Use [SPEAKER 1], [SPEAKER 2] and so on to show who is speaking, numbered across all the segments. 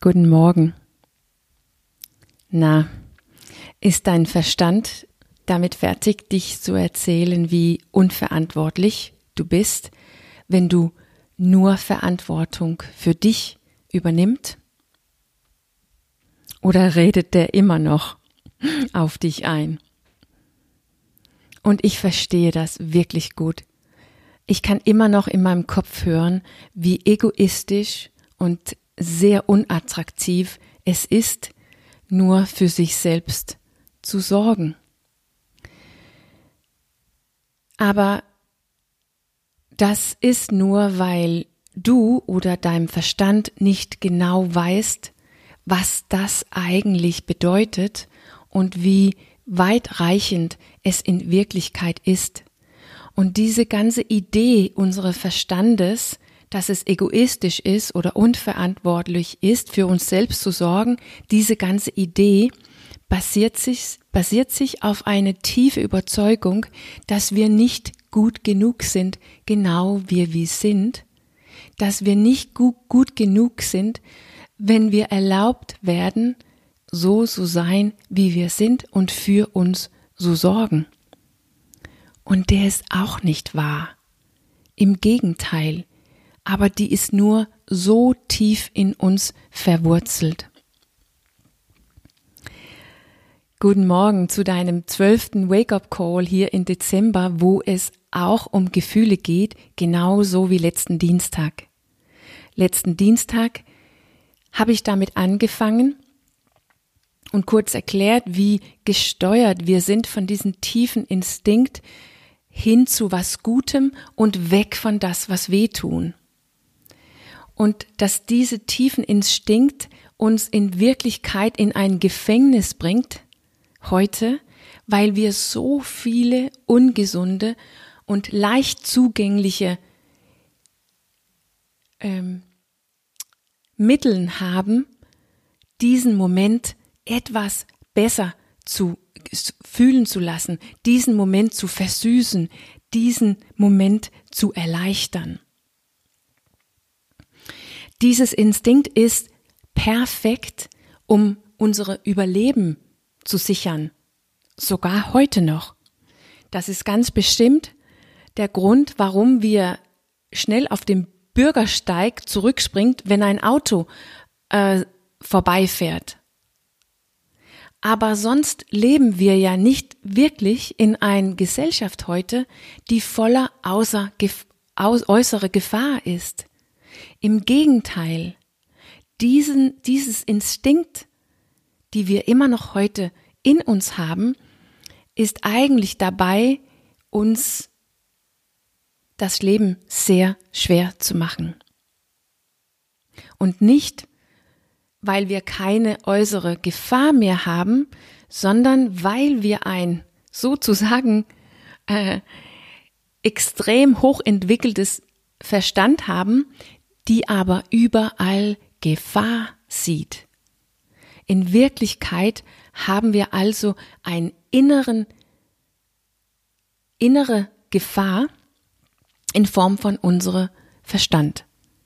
[SPEAKER 1] Guten Morgen. Na, ist dein Verstand damit fertig, dich zu erzählen, wie unverantwortlich du bist, wenn du nur Verantwortung für dich übernimmst? Oder redet der immer noch auf dich ein? Und ich verstehe das wirklich gut. Ich kann immer noch in meinem Kopf hören, wie egoistisch und sehr unattraktiv es ist, nur für sich selbst zu sorgen. Aber das ist nur, weil du oder dein Verstand nicht genau weißt, was das eigentlich bedeutet und wie weitreichend es in Wirklichkeit ist. Und diese ganze Idee unseres Verstandes, dass es egoistisch ist oder unverantwortlich ist, für uns selbst zu sorgen, diese ganze Idee basiert sich auf eine tiefe Überzeugung, dass wir nicht gut genug sind, genau wie wir sind, dass wir nicht gut genug sind, wenn wir erlaubt werden, so zu sein, wie wir sind und für uns zu sorgen. Und der ist auch nicht wahr. Im Gegenteil, aber die ist nur so tief in uns verwurzelt. Guten Morgen zu deinem 12. Wake-up-Call hier im Dezember, wo es auch um Gefühle geht, genauso wie letzten Dienstag. Letzten Dienstag habe ich damit angefangen und kurz erklärt, wie gesteuert wir sind von diesem tiefen Instinkt hin zu was Gutem und weg von das, was weh tun. Und dass diese tiefen Instinkt uns in Wirklichkeit in ein Gefängnis bringt, heute, weil wir so viele ungesunde und leicht zugängliche Mittel haben, diesen Moment etwas besser zu fühlen zu lassen, diesen Moment zu versüßen, diesen Moment zu erleichtern. Dieses Instinkt ist perfekt, um unsere Überleben zu sichern, sogar heute noch. Das ist ganz bestimmt der Grund, warum wir schnell auf dem Bürgersteig zurückspringt, wenn ein Auto vorbeifährt. Aber sonst leben wir ja nicht wirklich in einer Gesellschaft heute, die voller äußere Gefahr ist. Im Gegenteil, dieses Instinkt, die wir immer noch heute in uns haben, ist eigentlich dabei, uns das Leben sehr schwer zu machen. Und nicht, weil wir keine äußere Gefahr mehr haben, sondern weil wir ein sozusagen extrem hochentwickeltes Verstand haben, die aber überall Gefahr sieht. In Wirklichkeit haben wir also eine innere Gefahr in Form von unserem Verstand.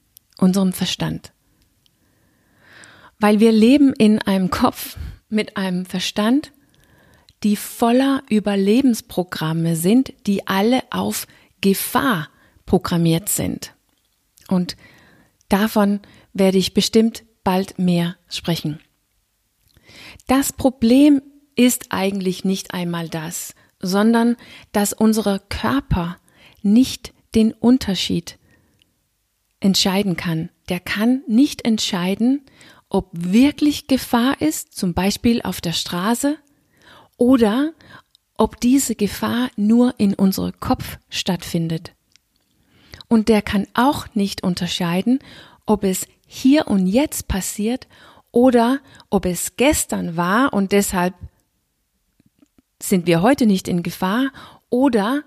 [SPEAKER 1] Weil wir leben in einem Kopf mit einem Verstand, die voller Überlebensprogramme sind, die alle auf Gefahr programmiert sind. Und davon werde ich bestimmt bald mehr sprechen. Das Problem ist eigentlich nicht einmal das, sondern dass unser Körper nicht den Unterschied entscheiden kann. Der kann nicht entscheiden, ob wirklich Gefahr ist, zum Beispiel auf der Straße, oder ob diese Gefahr nur in unserem Kopf stattfindet. Und der kann auch nicht unterscheiden, ob es hier und jetzt passiert oder ob es gestern war und deshalb sind wir heute nicht in Gefahr oder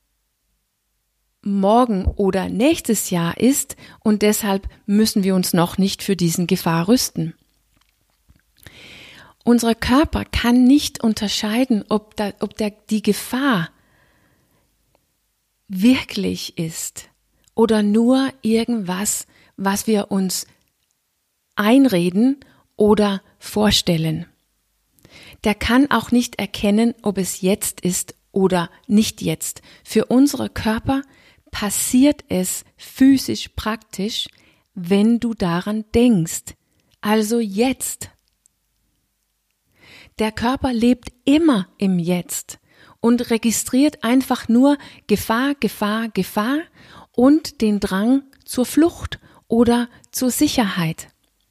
[SPEAKER 1] morgen oder nächstes Jahr ist und deshalb müssen wir uns noch nicht für diesen Gefahr rüsten. Unser Körper kann nicht unterscheiden, ob die Gefahr wirklich ist oder nur irgendwas, was wir uns einreden oder vorstellen. Der kann auch nicht erkennen, ob es jetzt ist oder nicht jetzt. Für unsere Körper passiert es physisch praktisch, wenn du daran denkst. Also jetzt. Der Körper lebt immer im Jetzt und registriert einfach nur Gefahr, Gefahr, Gefahr und den Drang zur Flucht oder zur Sicherheit.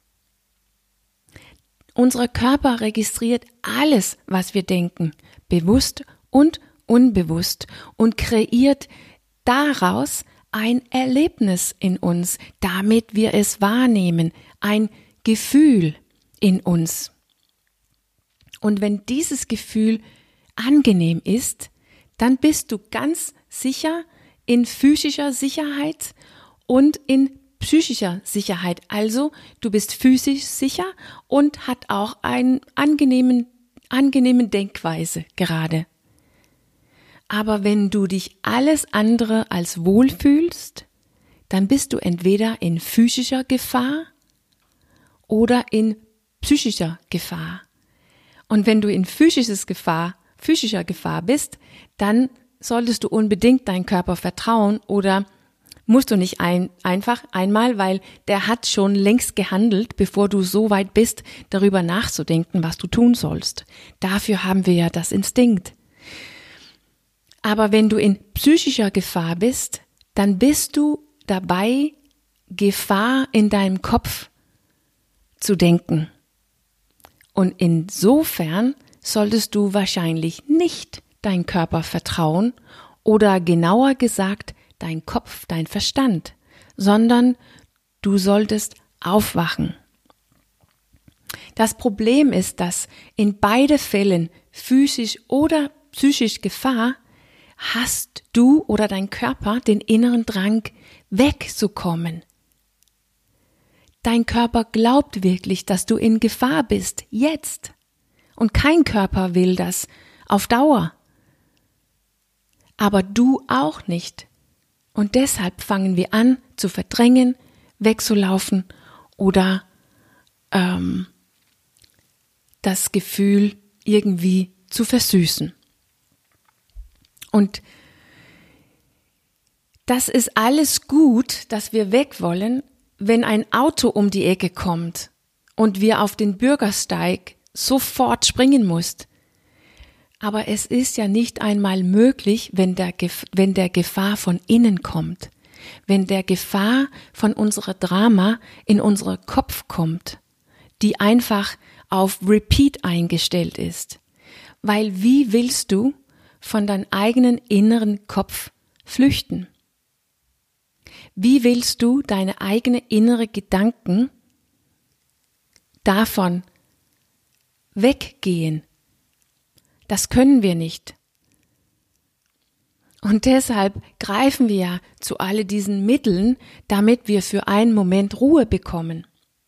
[SPEAKER 1] Unser Körper registriert alles, was wir denken, bewusst und unbewusst, und kreiert daraus ein Erlebnis in uns, damit wir es wahrnehmen, ein Gefühl in uns. Und wenn dieses Gefühl angenehm ist, dann bist du ganz sicher in physischer Sicherheit und in psychischer Sicherheit. Also du bist physisch sicher und hat auch einen angenehmen Denkweise gerade. Aber wenn du dich alles andere als wohl fühlst, dann bist du entweder in physischer Gefahr oder in psychischer Gefahr. Und wenn du in physischer Gefahr bist, dann solltest du unbedingt deinem Körper vertrauen, oder musst du nicht einfach einmal, weil der hat schon längst gehandelt, bevor du so weit bist, darüber nachzudenken, was du tun sollst. Dafür haben wir ja das Instinkt. Aber wenn du in psychischer Gefahr bist, dann bist du dabei, Gefahr in deinem Kopf zu denken. Und insofern solltest du wahrscheinlich nicht deinem Körper vertrauen oder genauer gesagt dein Kopf, dein Verstand, sondern du solltest aufwachen. Das Problem ist, dass in beide Fällen, physisch oder psychisch Gefahr, hast du oder dein Körper den inneren Drang, wegzukommen. Dein Körper glaubt wirklich, dass du in Gefahr bist, jetzt. Und kein Körper will das auf Dauer. Aber du auch nicht. Und deshalb fangen wir an zu verdrängen, wegzulaufen oder das Gefühl irgendwie zu versüßen. Und das ist alles gut, dass wir weg wollen, wenn ein Auto um die Ecke kommt und wir auf den Bürgersteig sofort springen müssen. Aber es ist ja nicht einmal möglich, wenn der Gefahr von innen kommt, wenn der Gefahr von unserer Drama in unseren Kopf kommt, die einfach auf Repeat eingestellt ist. Weil wie willst du von deinem eigenen inneren Kopf flüchten? Wie willst du deine eigenen inneren Gedanken davon weggehen? Das können wir nicht. Und deshalb greifen wir ja zu all diesen Mitteln, damit wir für einen Moment Ruhe bekommen.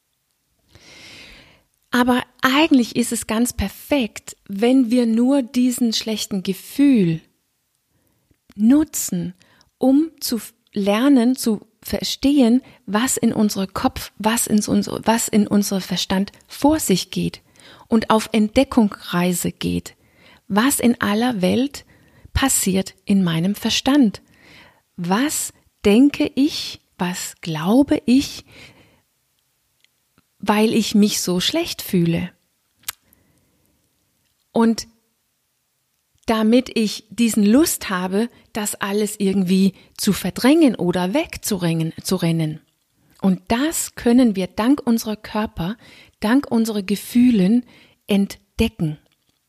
[SPEAKER 1] Aber eigentlich ist es ganz perfekt, wenn wir nur diesen schlechten Gefühl nutzen, um zu lernen, zu verstehen, was in unserem Kopf, was in unserem Verstand vor sich geht und auf Entdeckungsreise geht. Was in aller Welt passiert in meinem Verstand? Was denke ich, was glaube ich, weil ich mich so schlecht fühle? Und damit ich diesen Lust habe, das alles irgendwie zu verdrängen oder wegzurennen. Und das können wir dank unserer Körper, dank unserer Gefühlen entdecken.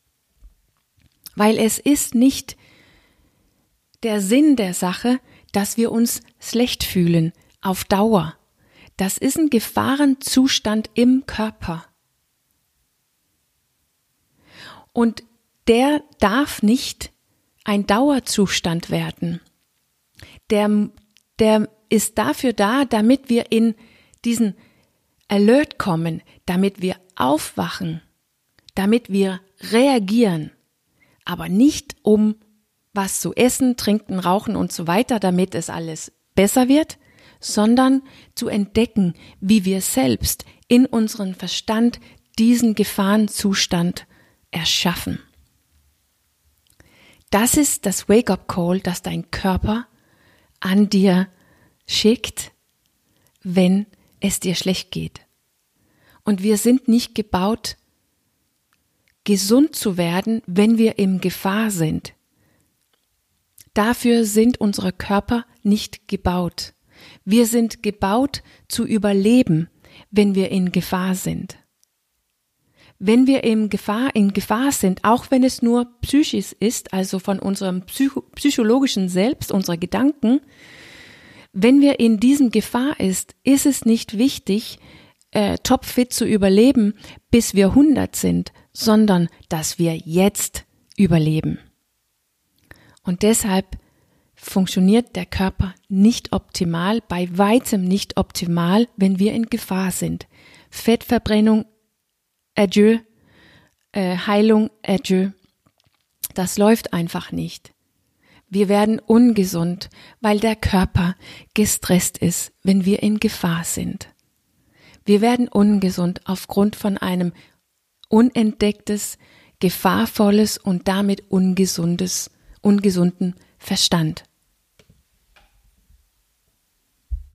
[SPEAKER 1] Weil es ist nicht der Sinn der Sache, dass wir uns schlecht fühlen auf Dauer. Das ist ein Gefahrenzustand im Körper. Und der darf nicht ein Dauerzustand werden. Der ist dafür da, damit wir in diesen Alert kommen, damit wir aufwachen, damit wir reagieren, aber nicht um was zu essen, trinken, rauchen und so weiter, damit es alles besser wird, sondern zu entdecken, wie wir selbst in unserem Verstand diesen Gefahrenzustand erschaffen. Das ist das Wake-up-Call, das dein Körper an dir schickt, wenn es dir schlecht geht. Und wir sind nicht gebaut, gesund zu werden, wenn wir in Gefahr sind. Dafür sind unsere Körper nicht gebaut. Wir sind gebaut zu überleben, wenn wir in Gefahr sind. Wenn wir in Gefahr sind, auch wenn es nur psychisch ist, also von unserem psychologischen Selbst, unserer Gedanken, wenn wir in diesem Gefahr ist es nicht wichtig, topfit zu überleben, bis wir 100 sind, sondern dass wir jetzt überleben. Und deshalb funktioniert der Körper nicht optimal, bei weitem nicht optimal, wenn wir in Gefahr sind. Fettverbrennung, adieu, Heilung, adieu. Das läuft einfach nicht. Wir werden ungesund, weil der Körper gestresst ist, wenn wir in Gefahr sind. Wir werden ungesund aufgrund von einem unentdecktes, gefahrvolles und damit ungesunden Verstand.